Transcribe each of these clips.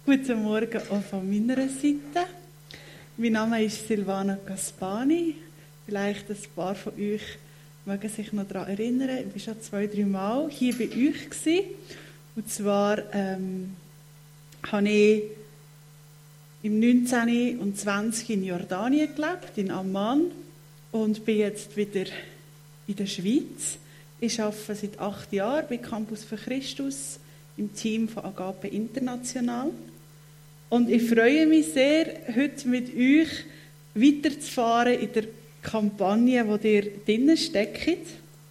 Guten Morgen auch von meiner Seite. Mein Name ist Silvana Gaspani. Vielleicht ein paar von euch mögen sich noch daran erinnern. Ich war schon 2-3 Mal hier bei euch gewesen. Und zwar habe ich im 19. und 20. in Jordanien gelebt, in Amman. Und bin jetzt wieder in der Schweiz. Ich arbeite seit 8 Jahren bei Campus für Christus im Team von Agape International. Und ich freue mich sehr, heute mit euch weiterzufahren in der Kampagne, wo ihr drinnen steckt.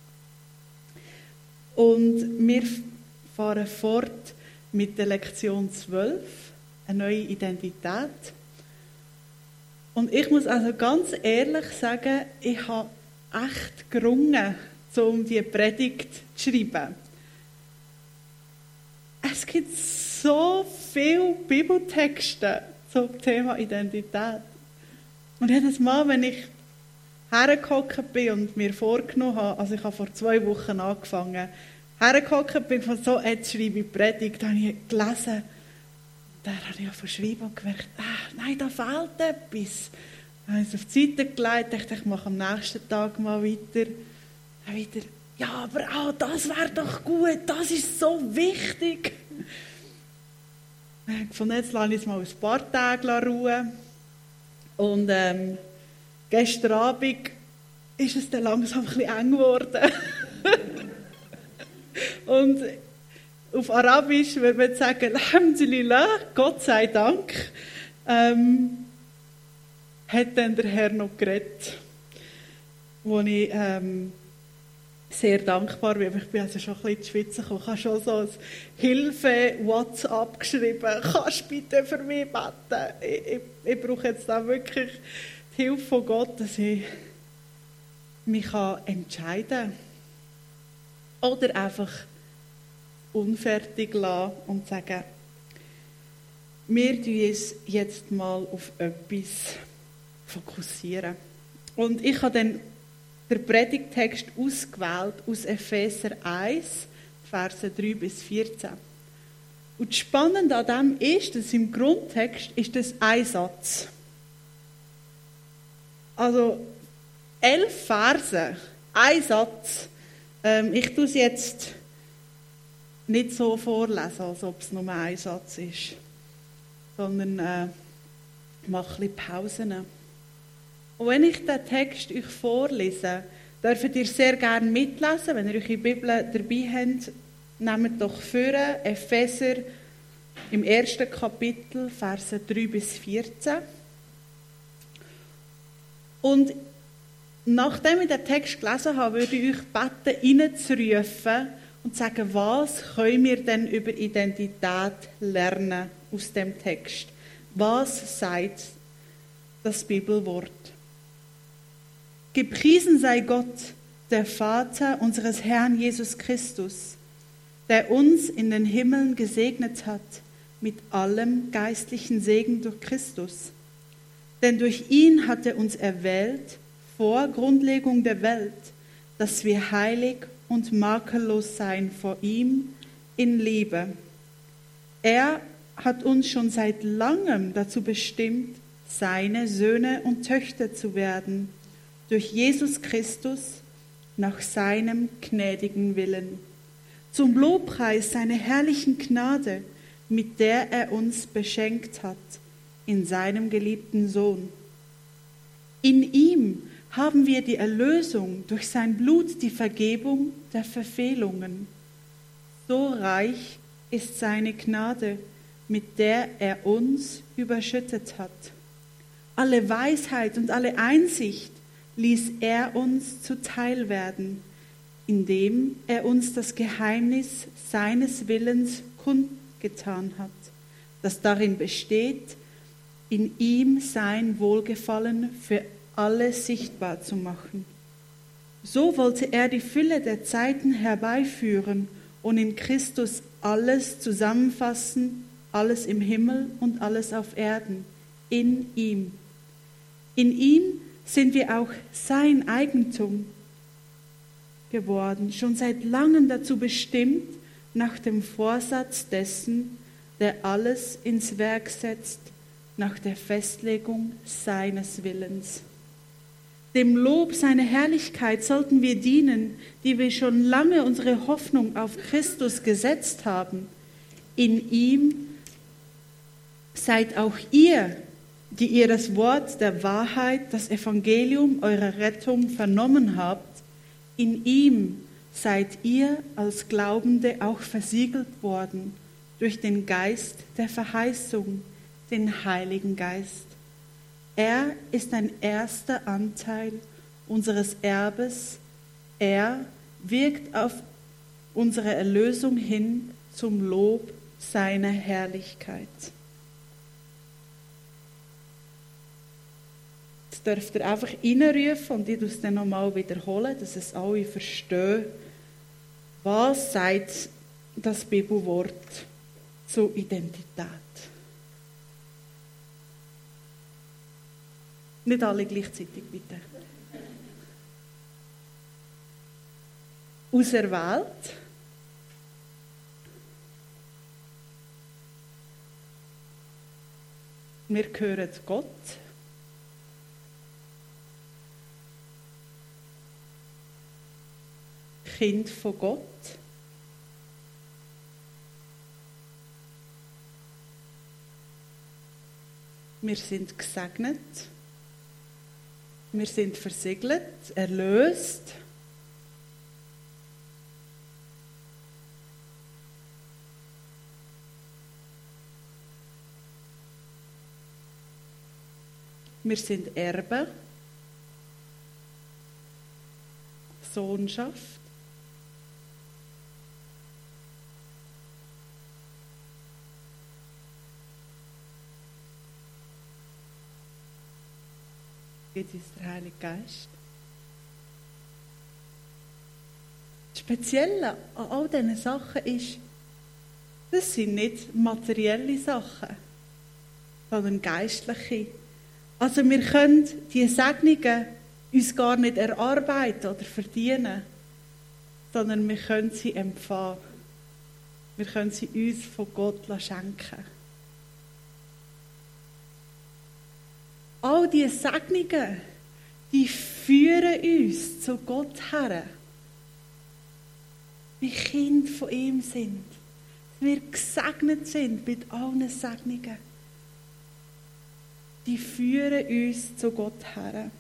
Und wir fahren fort mit der Lektion 12, eine neue Identität. Und ich muss also ganz ehrlich sagen, ich habe echt gerungen, um diese Predigt zu schreiben. Es gibt so viele Bibeltexte zum Thema Identität. Und jedes Mal, wenn ich hergehockt bin und mir vorgenommen habe, also ich habe vor 2 Wochen angefangen, hergehockt bin von so, jetzt schreibe ich Predigt, habe ich gelesen. Da habe ich verschrieben und gemerkt, nein, da fehlt etwas. Dann habe ich es auf die Seite gelegt, dachte, ich mache am nächsten Tag mal weiter. Dann wieder, ja, aber das wäre doch gut, das ist so wichtig. Von jetzt lasse ich es mal ein paar Tage ruhen. Und gestern Abend ist es dann langsam ein bisschen eng geworden. Und auf Arabisch würde man sagen, Alhamdulillah, Gott sei Dank, hat dann der Herr noch geredet, wo ich sehr dankbar bin. Ich bin also schon ein bisschen in die Schweiz gekommen. Ich habe schon so ein Hilfe-WhatsApp geschrieben. Kannst du bitte für mich beten? Ich brauche jetzt da wirklich die Hilfe von Gott, dass ich mich entscheiden kann. Oder einfach unfertig lassen und sagen, wir fokussieren uns jetzt mal auf etwas fokussieren. Und ich habe dann den Predigttext ausgewählt aus Epheser 1, Verse 3 bis 14. Und das Spannende an dem ist, dass im Grundtext ist das ein Satz. Also 11 Verse, ein Satz. Ich tue es jetzt nicht so vorlesen, als ob es nur ein Satz ist, sondern mache ein bisschen Pausen. Und wenn ich den Text euch vorlese, dürft ihr sehr gerne mitlesen. Wenn ihr eure Bibel dabei habt, nehmt doch vor, Epheser im 1. Kapitel, Verse 3 bis 14. Und nachdem ich den Text gelesen habe, würde ich euch bitten, reinzurufen und zu sagen, was können wir denn über Identität lernen aus dem Text? Was sagt das Bibelwort? Gepriesen sei Gott, der Vater unseres Herrn Jesus Christus, der uns in den Himmeln gesegnet hat mit allem geistlichen Segen durch Christus. Denn durch ihn hat er uns erwählt, vor Grundlegung der Welt, dass wir heilig und makellos seien vor ihm in Liebe. Er hat uns schon seit langem dazu bestimmt, seine Söhne und Töchter zu werden, durch Jesus Christus nach seinem gnädigen Willen, zum Lobpreis seiner herrlichen Gnade, mit der er uns beschenkt hat, in seinem geliebten Sohn. In ihm haben wir die Erlösung, durch sein Blut die Vergebung der Verfehlungen. So reich ist seine Gnade, mit der er uns überschüttet hat. Alle Weisheit und alle Einsicht ließ er uns zuteil werden, indem er uns das Geheimnis seines Willens kundgetan hat, das darin besteht, in ihm sein Wohlgefallen für alle sichtbar zu machen. So wollte er die Fülle der Zeiten herbeiführen und in Christus alles zusammenfassen, alles im Himmel und alles auf Erden, in ihm. In ihm sind wir auch sein Eigentum geworden, schon seit langem dazu bestimmt, nach dem Vorsatz dessen, der alles ins Werk setzt nach der Festlegung seines Willens. Dem Lob seiner Herrlichkeit sollten wir dienen, die wir schon lange unsere Hoffnung auf Christus gesetzt haben. In ihm seid auch ihr, die ihr das Wort der Wahrheit, das Evangelium eurer Rettung vernommen habt, in ihm seid ihr als Glaubende auch versiegelt worden durch den Geist der Verheißung, den Heiligen Geist. Er ist ein erster Anteil unseres Erbes. Er wirkt auf unsere Erlösung hin zum Lob seiner Herrlichkeit. Jetzt dürft ihr einfach reinrufen und ich tue es dann nochmal wiederholen, dass es alle verstehen, was sagt das Bibelwort zur Identität. Nicht alle gleichzeitig, bitte. Auserwählt. Wir gehören Gott. Kind von Gott. Wir sind gesegnet. Wir sind versiegelt, erlöst. Wir sind Erben, Sohnschaft. Jetzt ist der Heilige Geist. Das Spezielle an all diesen Sachen ist, das sind nicht materielle Sachen, sondern geistliche. Also wir können diese Segnungen uns gar nicht erarbeiten oder verdienen, sondern wir können sie empfangen. Wir können sie uns von Gott schenken. All diese Segnungen, die führen uns zu Gott her. Wir Kinder von ihm sind. Wir gesegnet sind mit allen Segnungen. Die führen uns zu Gott her.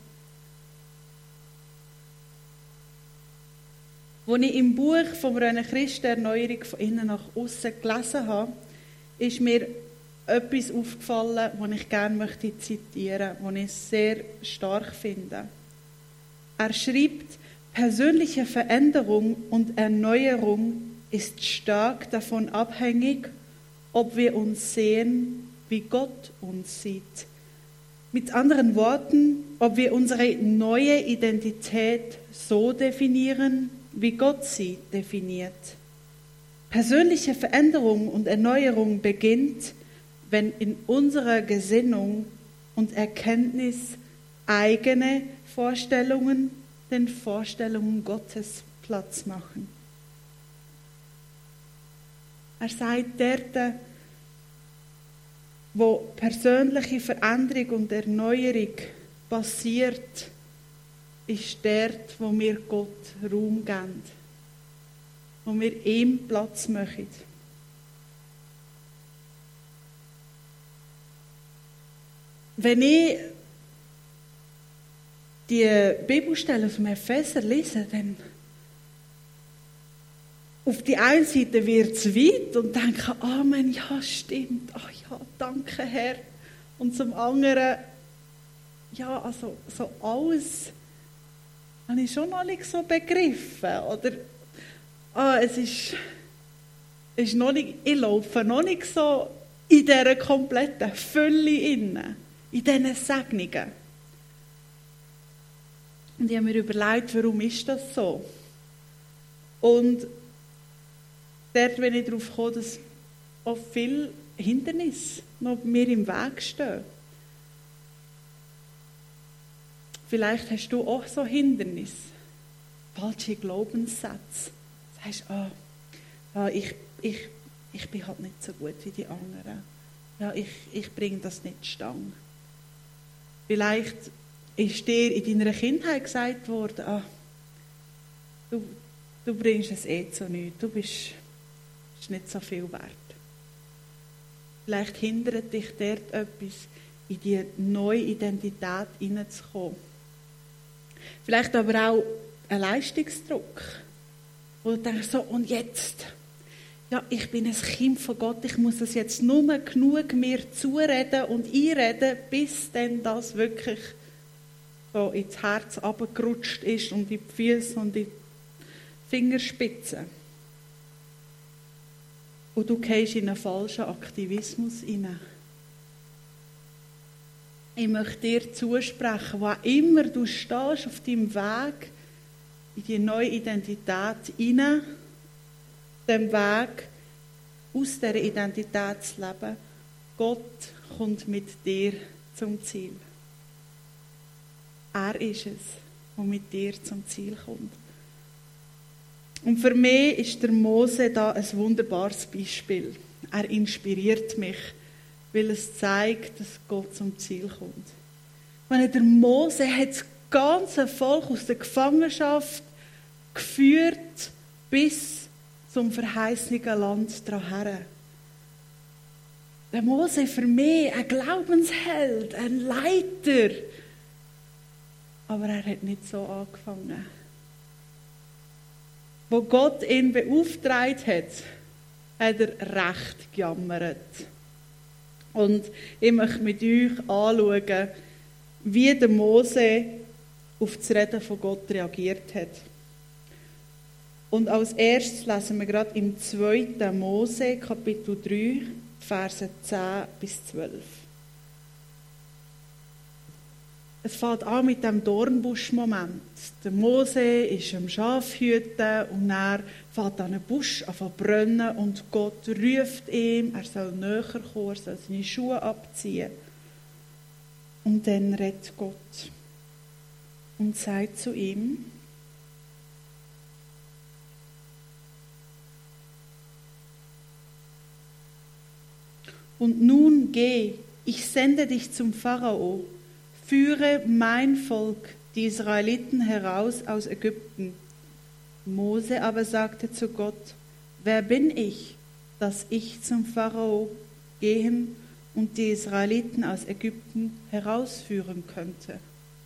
Als ich im Buch vom René Christ Erneuerung von innen nach außen gelesen habe, ist mir etwas aufgefallen, das ich gerne zitieren möchte, das ich sehr stark finde. Er schreibt, persönliche Veränderung und Erneuerung ist stark davon abhängig, ob wir uns sehen, wie Gott uns sieht. Mit anderen Worten, ob wir unsere neue Identität so definieren, wie Gott sie definiert. Persönliche Veränderung und Erneuerung beginnt, wenn in unserer Gesinnung und Erkenntnis eigene Vorstellungen den Vorstellungen Gottes Platz machen. Er sagt, dort, wo persönliche Veränderung und Erneuerung passiert, ist dort, wo wir Gott Raum geben, wo wir ihm Platz machen. Wenn ich die Bibelstelle aus dem Epheser lese, dann auf die einen Seite wird es weit und denke, Amen, ja, stimmt, ach ja, danke Herr. Und zum anderen, ja, also so alles habe ich schon noch nicht so begriffen. Oder es ist noch nicht, ich laufe noch nicht so in dieser kompletten Fülle inne, in diesen Segnungen. Und ich habe mir überlegt, warum ist das so? Und dort bin ich darauf gekommen, dass auch viele Hindernisse noch mir im Weg stehen. Vielleicht hast du auch so Hindernisse, falsche Glaubenssätze. Du sagst, ich ich bin halt nicht so gut wie die anderen. Ja, ich bringe das nicht zustande. Vielleicht ist dir in deiner Kindheit gesagt worden, du bringst es zu nichts, du bist nicht so viel wert. Vielleicht hindert dich dort etwas, in die neue Identität hineinzukommen. Vielleicht aber auch ein Leistungsdruck. Wo du denkst, so, und jetzt? Ja, ich bin ein Kind von Gott, ich muss es jetzt nur genug mir zureden und einreden, bis dann das wirklich so ins Herz runtergerutscht ist und in die Füße und in die Fingerspitzen. Und du gehst in einen falschen Aktivismus hinein. Ich möchte dir zusprechen, wo auch immer du stehst auf deinem Weg in die neue Identität hinein, dem Weg aus dieser Identität zu leben, Gott kommt mit dir zum Ziel. Er ist es, der mit dir zum Ziel kommt. Und für mich ist der Mose da ein wunderbares Beispiel. Er inspiriert mich, weil es zeigt, dass Gott zum Ziel kommt. Wenn der Mose hat das ganze Volk aus der Gefangenschaft geführt bis zum verheißenen Land dahin. Der Mose für mich ein Glaubensheld, ein Leiter. Aber er hat nicht so angefangen. Wo Gott ihn beauftragt hat er recht gejammert. Und ich möchte mit euch anschauen, wie der Mose auf das Reden von Gott reagiert hat. Und als erstes lesen wir gerade im 2. Mose, Kapitel 3, Verse 10 bis 12. Es fängt an mit dem Dornbusch-Moment. Der Mose ist am Schafhüten und er fängt an einen Busch an zu brennen und Gott ruft ihm, er soll näher kommen, er soll seine Schuhe abziehen. Und dann redet Gott und sagt zu ihm, und nun geh, ich sende dich zum Pharao, führe mein Volk, die Israeliten, heraus aus Ägypten. Mose aber sagte zu Gott, wer bin ich, dass ich zum Pharao gehen und die Israeliten aus Ägypten herausführen könnte?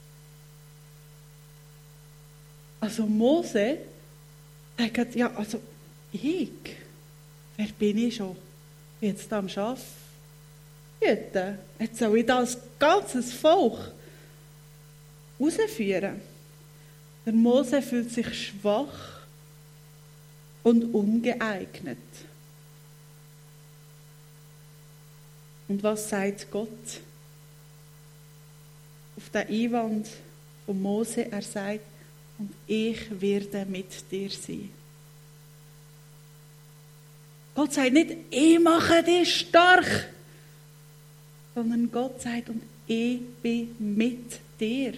Also Mose sagt, ja, also wer bin ich schon? Jetzt am Schaf hüten. Jetzt soll ich das ganzes Volk rausführen. Der Mose fühlt sich schwach und ungeeignet. Und was sagt Gott? Auf den Einwand von Mose, er sagt, und ich werde mit dir sein. Gott sagt nicht, ich mache dich stark, sondern Gott sagt, und ich bin mit dir.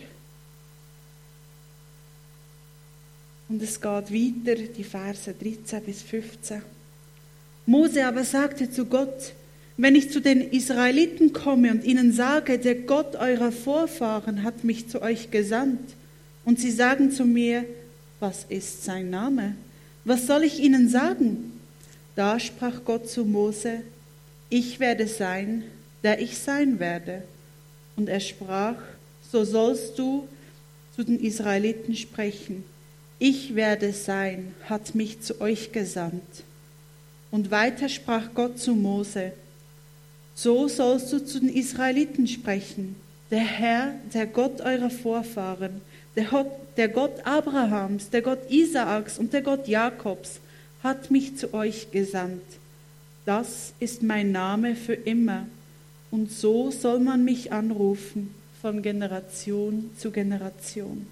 Und es geht weiter, die Verse 13 bis 15. Mose aber sagte zu Gott, wenn ich zu den Israeliten komme und ihnen sage, der Gott eurer Vorfahren hat mich zu euch gesandt, und sie sagen zu mir, was ist sein Name? Was soll ich ihnen sagen? Da sprach Gott zu Mose, ich werde sein, der ich sein werde. Und er sprach, so sollst du zu den Israeliten sprechen. Ich werde sein, hat mich zu euch gesandt. Und weiter sprach Gott zu Mose, so sollst du zu den Israeliten sprechen. Der Herr, der Gott eurer Vorfahren, der Gott Abrahams, der Gott Isaaks und der Gott Jakobs, hat mich zu euch gesandt. Das ist mein Name für immer. Und so soll man mich anrufen, von Generation zu Generation.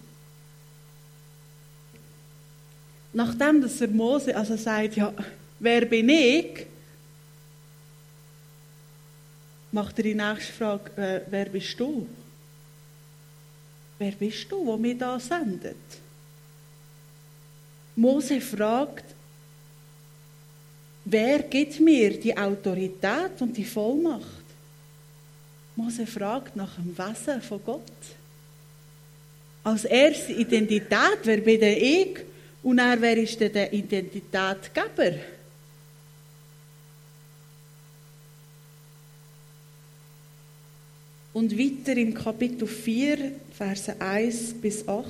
Nachdem dass der Mose also sagt, ja, wer bin ich? Macht er die nächste Frage, wer bist du? Wer bist du, der mich da sendet? Mose fragt, wer gibt mir die Autorität und die Vollmacht? Mose fragt nach dem Wesen von Gott. Als erste Identität, wer bin denn ich? Und dann, wer ist denn der Identitätgeber? Und weiter im Kapitel 4, Verse 1 bis 8.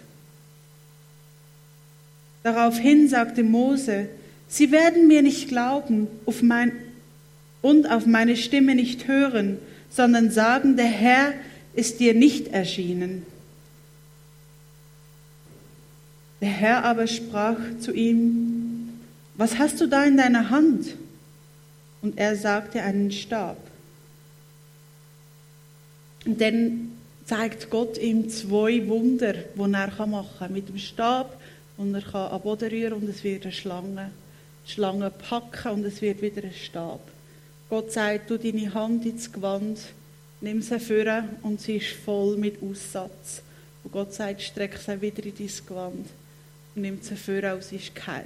Daraufhin sagte Mose, sie werden mir nicht glauben und auf meine Stimme nicht hören, sondern sagen, der Herr ist dir nicht erschienen. Der Herr aber sprach zu ihm, was hast du da in deiner Hand? Und er sagte, einen Stab. Und dann zeigt Gott ihm 2 Wunder, die er machen kann. Mit dem Stab, und er kann am Boden rühren und es wird eine Schlange. Die Schlange packen und es wird wieder ein Stab. Gott sagt, tu deine Hand ins Gewand, nimm sie vor und sie ist voll mit Aussatz. Und Gott sagt, streck sie wieder in dein Gewand und nimm sie vor und sie ist geheilt.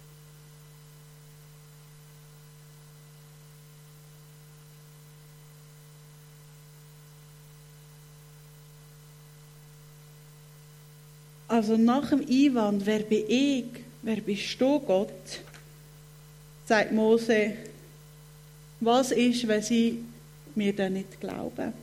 Also nach dem Einwand, wer bin ich, wer bist du, Gott, sagt Mose, was ist, wenn sie mir dann nicht glauben?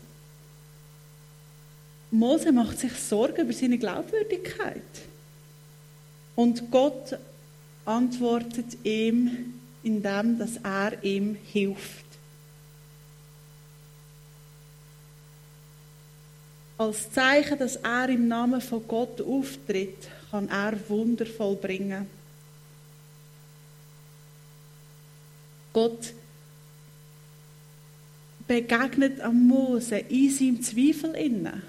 Mose macht sich Sorgen über seine Glaubwürdigkeit. Und Gott antwortet ihm, indem dass er ihm hilft. Als Zeichen, dass er im Namen von Gott auftritt, kann er Wunder vollbringen. Gott begegnet am Mose in seinem Zweifel inne.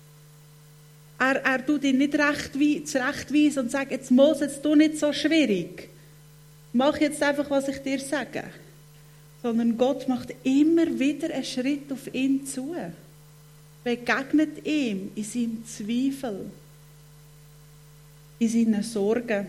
Er tut ihn nicht zurechtweisen und sagt, jetzt Mose, jetzt tu nicht so schwierig. Mach jetzt einfach, was ich dir sage. Sondern Gott macht immer wieder einen Schritt auf ihn zu. Begegnet ihm in seinem Zweifel, in seinen Sorgen.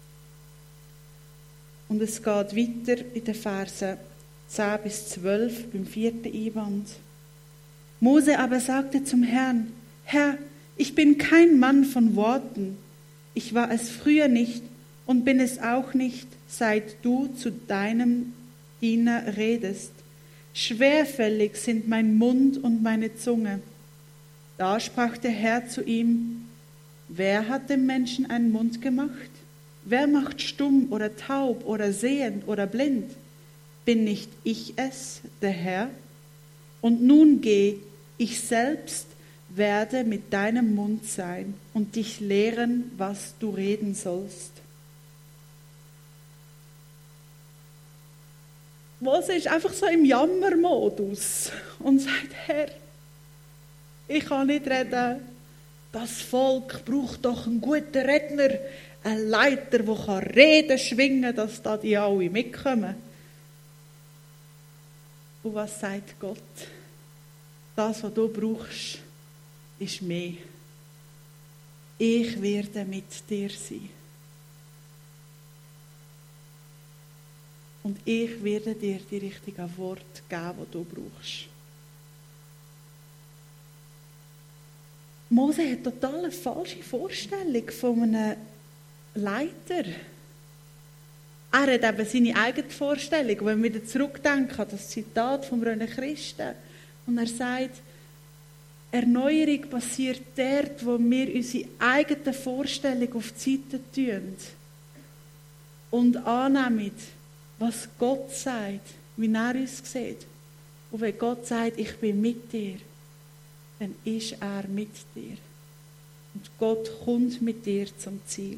Und es geht weiter in den Versen 10 bis 12 beim 4. Einwand. Mose aber sagte zum Herrn, Herr, ich bin kein Mann von Worten. Ich war es früher nicht und bin es auch nicht, seit du zu deinem Diener redest. Schwerfällig sind mein Mund und meine Zunge. Da sprach der Herr zu ihm, wer hat dem Menschen einen Mund gemacht? Wer macht stumm oder taub oder sehend oder blind? Bin nicht ich es, der Herr? Und nun geh, ich selbst werde mit deinem Mund sein und dich lehren, was du reden sollst. Mose ist einfach so im Jammermodus und sagt, Herr, ich kann nicht reden. Das Volk braucht doch einen guten Redner, einen Leiter, der Reden schwingen kann, dass da die alle mitkommen. Und was sagt Gott? Das, was du brauchst, ist mehr. Ich werde mit dir sein. Und ich werde dir die richtigen Worte geben, die du brauchst. Mose hat total eine falsche Vorstellung von einem Leiter. Er hat eben seine eigene Vorstellung. Wenn wir wieder zurückdenken an das Zitat vom René Christen, und er sagt, Erneuerung passiert dort, wo wir unsere eigene Vorstellung auf die Seite tun und annehmen, was Gott sagt, wie er uns sieht. Und wenn Gott sagt, ich bin mit dir, dann ist er mit dir. Und Gott kommt mit dir zum Ziel.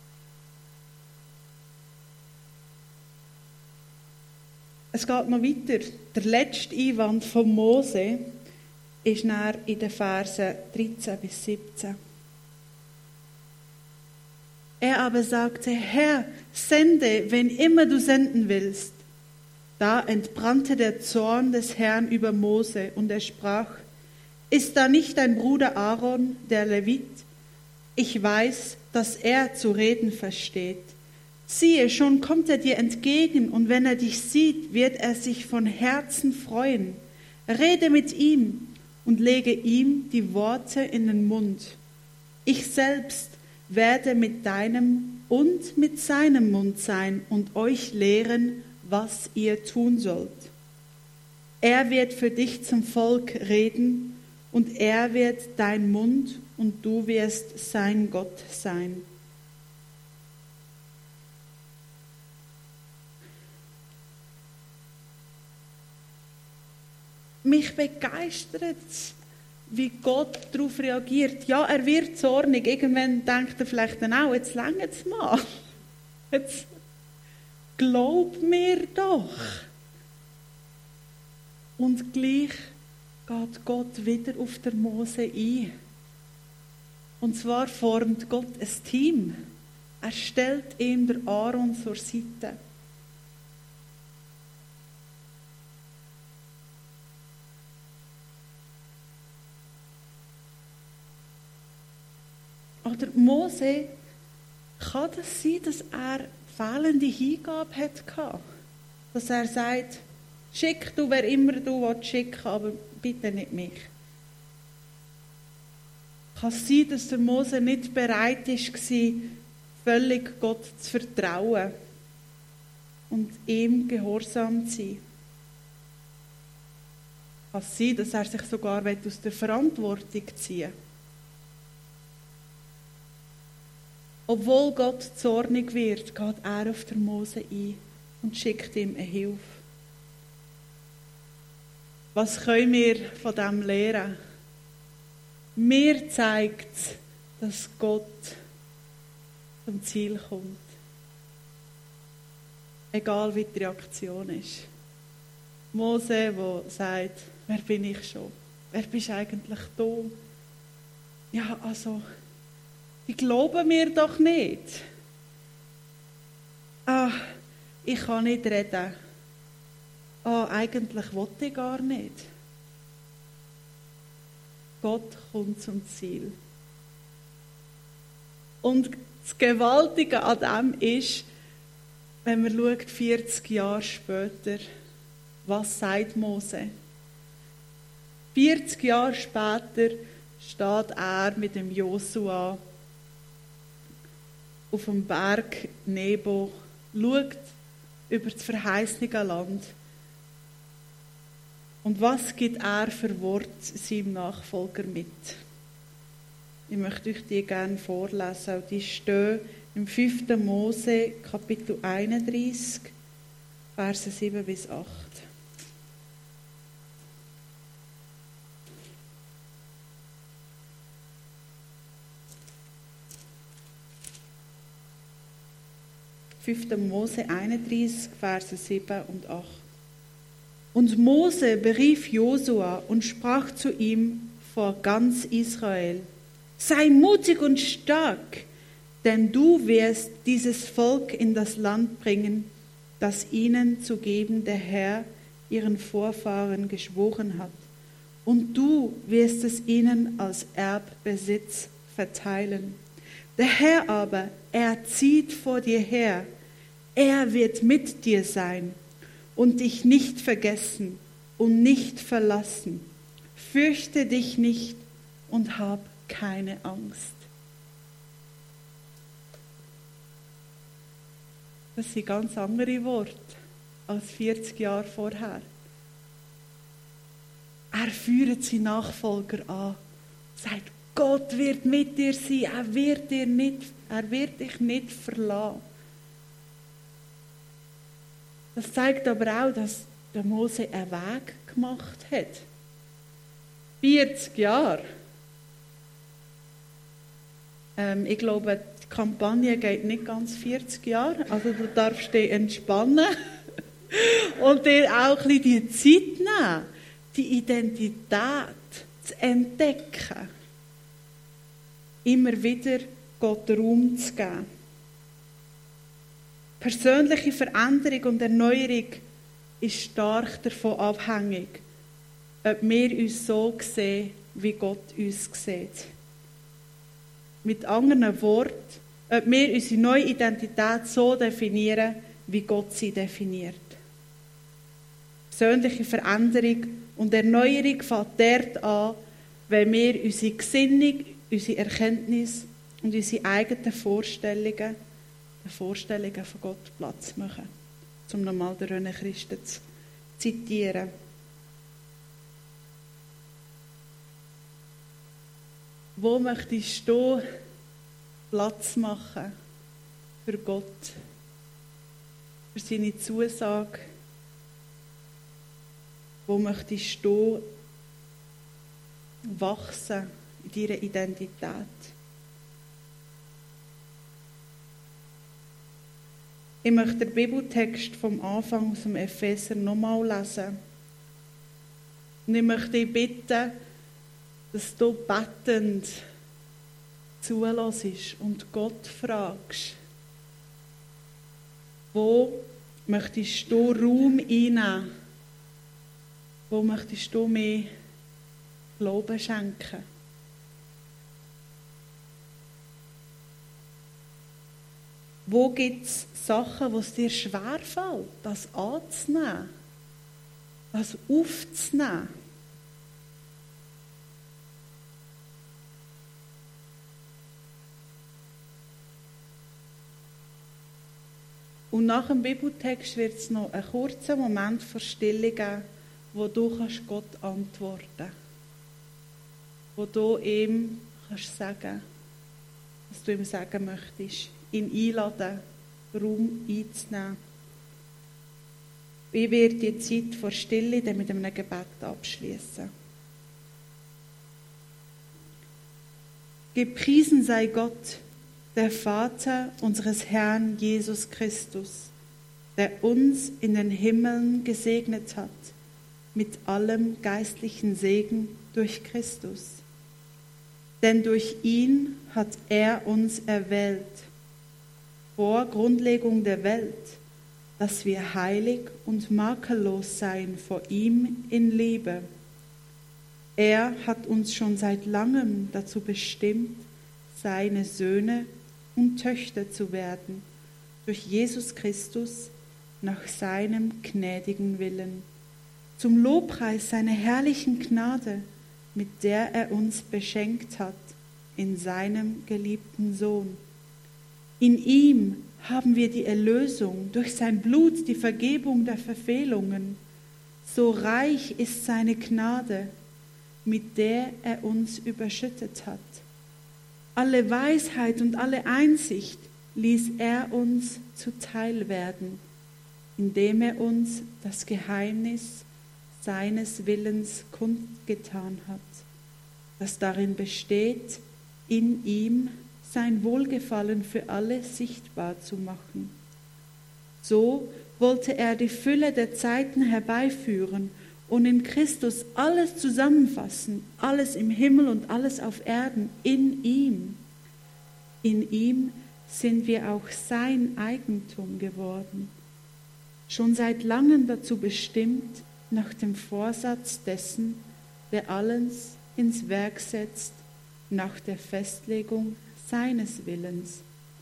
Es geht noch weiter. Der letzte Einwand von Mose ist dann in den Versen 13 bis 17. Er aber sagte, Herr, sende, wenn immer du senden willst. Da entbrannte der Zorn des Herrn über Mose und er sprach, ist da nicht dein Bruder Aaron, der Levit? Ich weiß, dass er zu reden versteht. Siehe, schon kommt er dir entgegen, und wenn er dich sieht, wird er sich von Herzen freuen. Rede mit ihm und lege ihm die Worte in den Mund. Ich selbst werde mit deinem und mit seinem Mund sein und euch lehren, was ihr tun sollt. Er wird für dich zum Volk reden, und er wird dein Mund, und du wirst sein Gott sein. Mich begeistert, wie Gott darauf reagiert. Ja, er wird zornig. Irgendwann denkt er vielleicht dann auch, jetzt längt's mal. Jetzt glaub mir doch. Und gleich geht Gott wieder auf der Mose ein. Und zwar formt Gott ein Team. Er stellt ihm der Aaron zur Seite. Oder Mose, kann das sein, dass er fehlende Hingabe hatte? Dass er sagt, schick du, wer immer du willst schicken, aber bitte nicht mich. Kann es sein, dass der Mose nicht bereit war, völlig Gott zu vertrauen und ihm gehorsam zu sein? Kann es sein, dass er sich sogar aus der Verantwortung ziehen will? Obwohl Gott zornig wird, geht er auf der Mose ein und schickt ihm eine Hilfe. Was können wir von dem lernen? Mir zeigt es, dass Gott zum Ziel kommt. Egal wie die Reaktion ist. Mose, der sagt, wer bin ich schon? Wer bist eigentlich du? Ja, also, die glauben mir doch nicht. Ich kann nicht reden. Eigentlich wollte ich gar nicht. Gott kommt zum Ziel. Und das Gewaltige an dem ist, wenn man schaut, 40 Jahre später, was sagt Mose? 40 Jahre später steht er mit dem Josua auf dem Berg Nebo, schaut über das verheißene Land. Und was gibt er für Wort seinem Nachfolger mit? Ich möchte euch die gerne vorlesen. Die stehen im 5. Mose, Kapitel 31, Verse 7 bis 8. Mose 31, Verse 7 und 8. Und Mose berief Josua und sprach zu ihm vor ganz Israel: Sei mutig und stark, denn du wirst dieses Volk in das Land bringen, das ihnen zu geben der Herr ihren Vorfahren geschworen hat. Und du wirst es ihnen als Erbbesitz verteilen. Der Herr aber, er zieht vor dir her. Er wird mit dir sein und dich nicht vergessen und nicht verlassen. Fürchte dich nicht und hab keine Angst. Das sind ganz andere Worte als 40 Jahre vorher. Er führt seinen Nachfolger an, sagt, Gott wird mit dir sein, er wird dich nicht verlassen. Das zeigt aber auch, dass der Mose einen Weg gemacht hat. 40 Jahre. Ich glaube, die Kampagne geht nicht ganz 40 Jahre. Also du darfst dich entspannen und dir auch ein bisschen die Zeit nehmen, die Identität zu entdecken. Immer wieder Gott Raum zu geben. Persönliche Veränderung und Erneuerung ist stark davon abhängig, ob wir uns so sehen, wie Gott uns sieht. Mit anderen Worten, ob wir unsere neue Identität so definieren, wie Gott sie definiert. Persönliche Veränderung und Erneuerung fängt dort an, wenn wir unsere Gesinnung, unsere Erkenntnis und unsere eigenen Vorstellungen, den Vorstellungen von Gott Platz machen. Um nochmal den René Christen zu zitieren. Wo möchtest du Platz machen für Gott, für seine Zusage? Wo möchtest du wachsen in deiner Identität? Ich möchte den Bibeltext vom Anfang aus dem Epheser nochmal lesen. Und ich möchte dich bitten, dass du bettend zulässt und Gott fragst, wo möchtest du Raum einnehmen? Wo möchtest du mehr Glauben schenken? Wo gibt es Sachen, wo es dir schwerfällt, das anzunehmen, das aufzunehmen? Und nach dem Bibeltext wird es noch einen kurzen Moment der Stille geben, wo du Gott antworten kannst. Wo du ihm sagen kannst, was du ihm sagen möchtest. Ihn einladen, Raum einzunehmen. Ich werde die Zeit vor Stille dann mit einem Gebet abschließen. Gepriesen sei Gott, der Vater unseres Herrn Jesus Christus, der uns in den Himmeln gesegnet hat mit allem geistlichen Segen durch Christus. Denn durch ihn hat er uns erwählt, vor Grundlegung der Welt, dass wir heilig und makellos seien vor ihm in Liebe. Er hat uns schon seit langem dazu bestimmt, seine Söhne und Töchter zu werden, durch Jesus Christus nach seinem gnädigen Willen, zum Lobpreis seiner herrlichen Gnade, mit der er uns beschenkt hat in seinem geliebten Sohn. In ihm haben wir die Erlösung, durch sein Blut die Vergebung der Verfehlungen. So reich ist seine Gnade, mit der er uns überschüttet hat. Alle Weisheit und alle Einsicht ließ er uns zuteil werden, indem er uns das Geheimnis seines Willens kundgetan hat, das darin besteht, in ihm sein Wohlgefallen für alle sichtbar zu machen. So wollte er die Fülle der Zeiten herbeiführen und in Christus alles zusammenfassen, alles im Himmel und alles auf Erden, in ihm. In ihm sind wir auch sein Eigentum geworden, schon seit langem dazu bestimmt, nach dem Vorsatz dessen, der alles ins Werk setzt, nach der Festlegung seines Willens.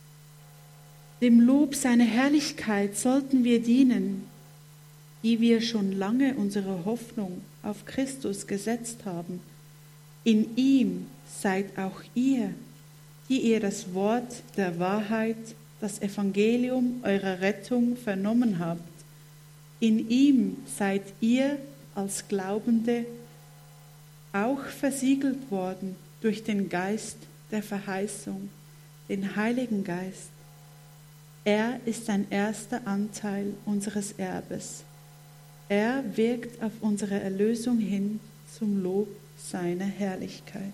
Dem Lob seiner Herrlichkeit sollten wir dienen, die wir schon lange unsere Hoffnung auf Christus gesetzt haben. In ihm seid auch ihr, die ihr das Wort der Wahrheit, das Evangelium eurer Rettung vernommen habt. In ihm seid ihr als Glaubende auch versiegelt worden durch den Geist der Verheißung, den Heiligen Geist. Er ist ein erster Anteil unseres Erbes. Er wirkt auf unsere Erlösung hin zum Lob seiner Herrlichkeit.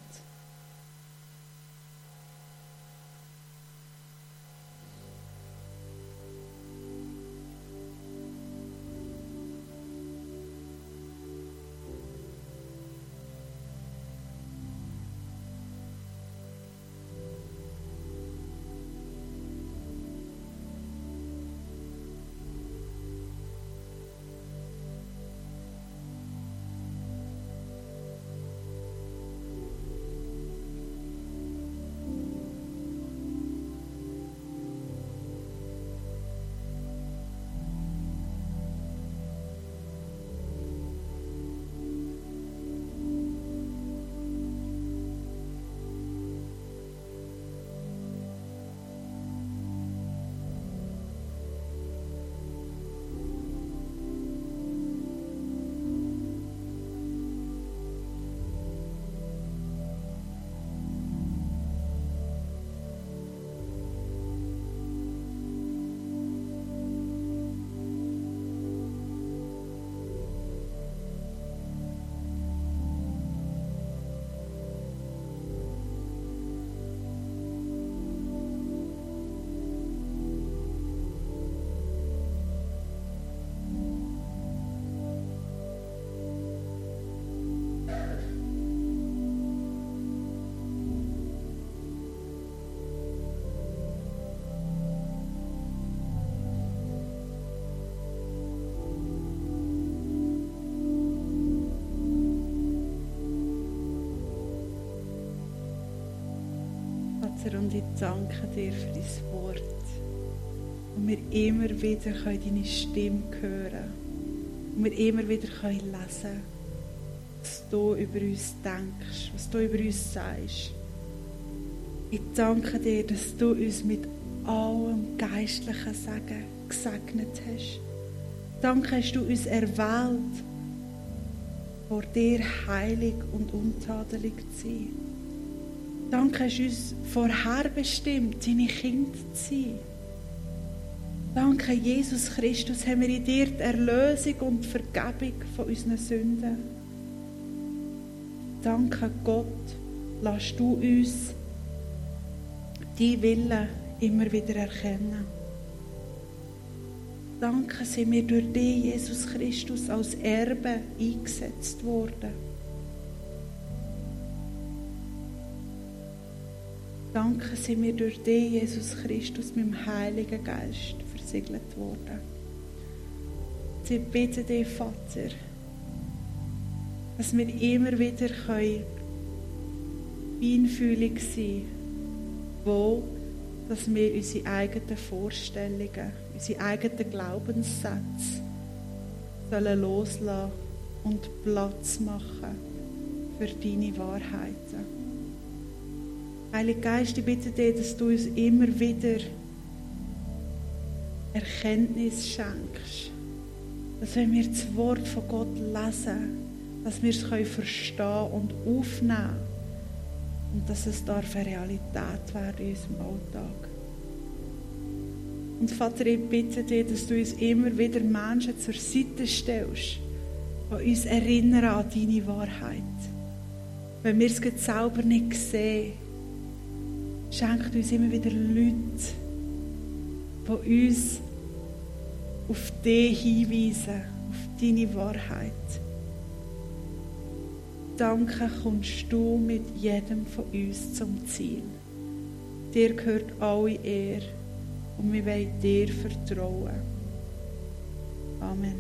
Vater, und ich danke dir für dein Wort. Und wir immer wieder deine Stimme hören. Und wir immer wieder lesen können, was du über uns denkst, was du über uns sagst. Ich danke dir, dass du uns mit allem geistlichen Segen gesegnet hast. Danke, hast du uns erwählt, vor dir heilig und untadelig zu sein. Danke, hast du uns vorherbestimmt, deine Kinder zu sein. Danke, Jesus Christus, haben wir in dir die Erlösung und die Vergebung von unseren Sünden. Danke, Gott, lass du uns deinen Willen immer wieder erkennen. Danke, sind wir durch dich, Jesus Christus, als Erbe eingesetzt worden. Danke, sind wir durch dich, Jesus Christus, mit dem Heiligen Geist versiegelt worden. Ich bitte dich, Vater, dass wir immer wieder feinfühlig sein können, wo dass wir unsere eigenen Vorstellungen, unsere eigenen Glaubenssätze sollen loslassen und Platz machen für deine Wahrheiten. Heiliger Geist, ich bitte dich, dass du uns immer wieder Erkenntnis schenkst. Dass wenn wir das Wort von Gott lesen, dass wir es verstehen und aufnehmen können. Und dass es darf eine Realität werden in unserem Alltag. Und Vater, ich bitte dich, dass du uns immer wieder Menschen zur Seite stellst, die uns erinnern an deine Wahrheit. Wenn wir es selber nicht sehen, schenkt uns immer wieder Leute, die uns auf dich hinweisen, auf deine Wahrheit. Danke, kommst du mit jedem von uns zum Ziel. Dir gehört alle Ehre und wir wollen dir vertrauen. Amen.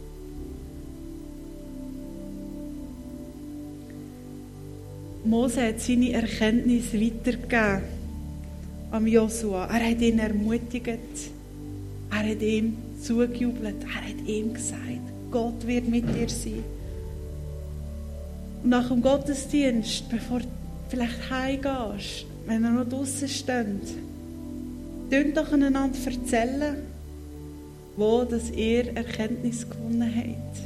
Mose hat seine Erkenntnis weitergegeben an Josua. Er hat ihn ermutigt. Er hat ihm zugejubelt. Er hat ihm gesagt, Gott wird mit dir sein. Und nach dem Gottesdienst, bevor du vielleicht heimgehst, wenn ihr noch draussen steht, könnt doch einander erzählen, wo dass ihr Erkenntnis gewonnen habt.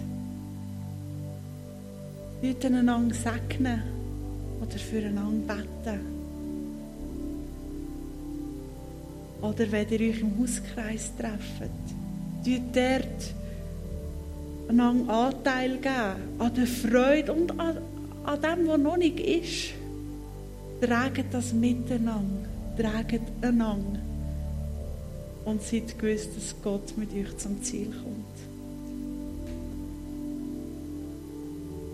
Leute einander segnen oder füreinander beten. Oder wenn ihr euch im Hauskreis trefft, dort einander Anteil geben an der Freude und an dem, was noch nicht ist. Tragt das miteinander, tragt einander und seid gewiss, dass Gott mit euch zum Ziel kommt.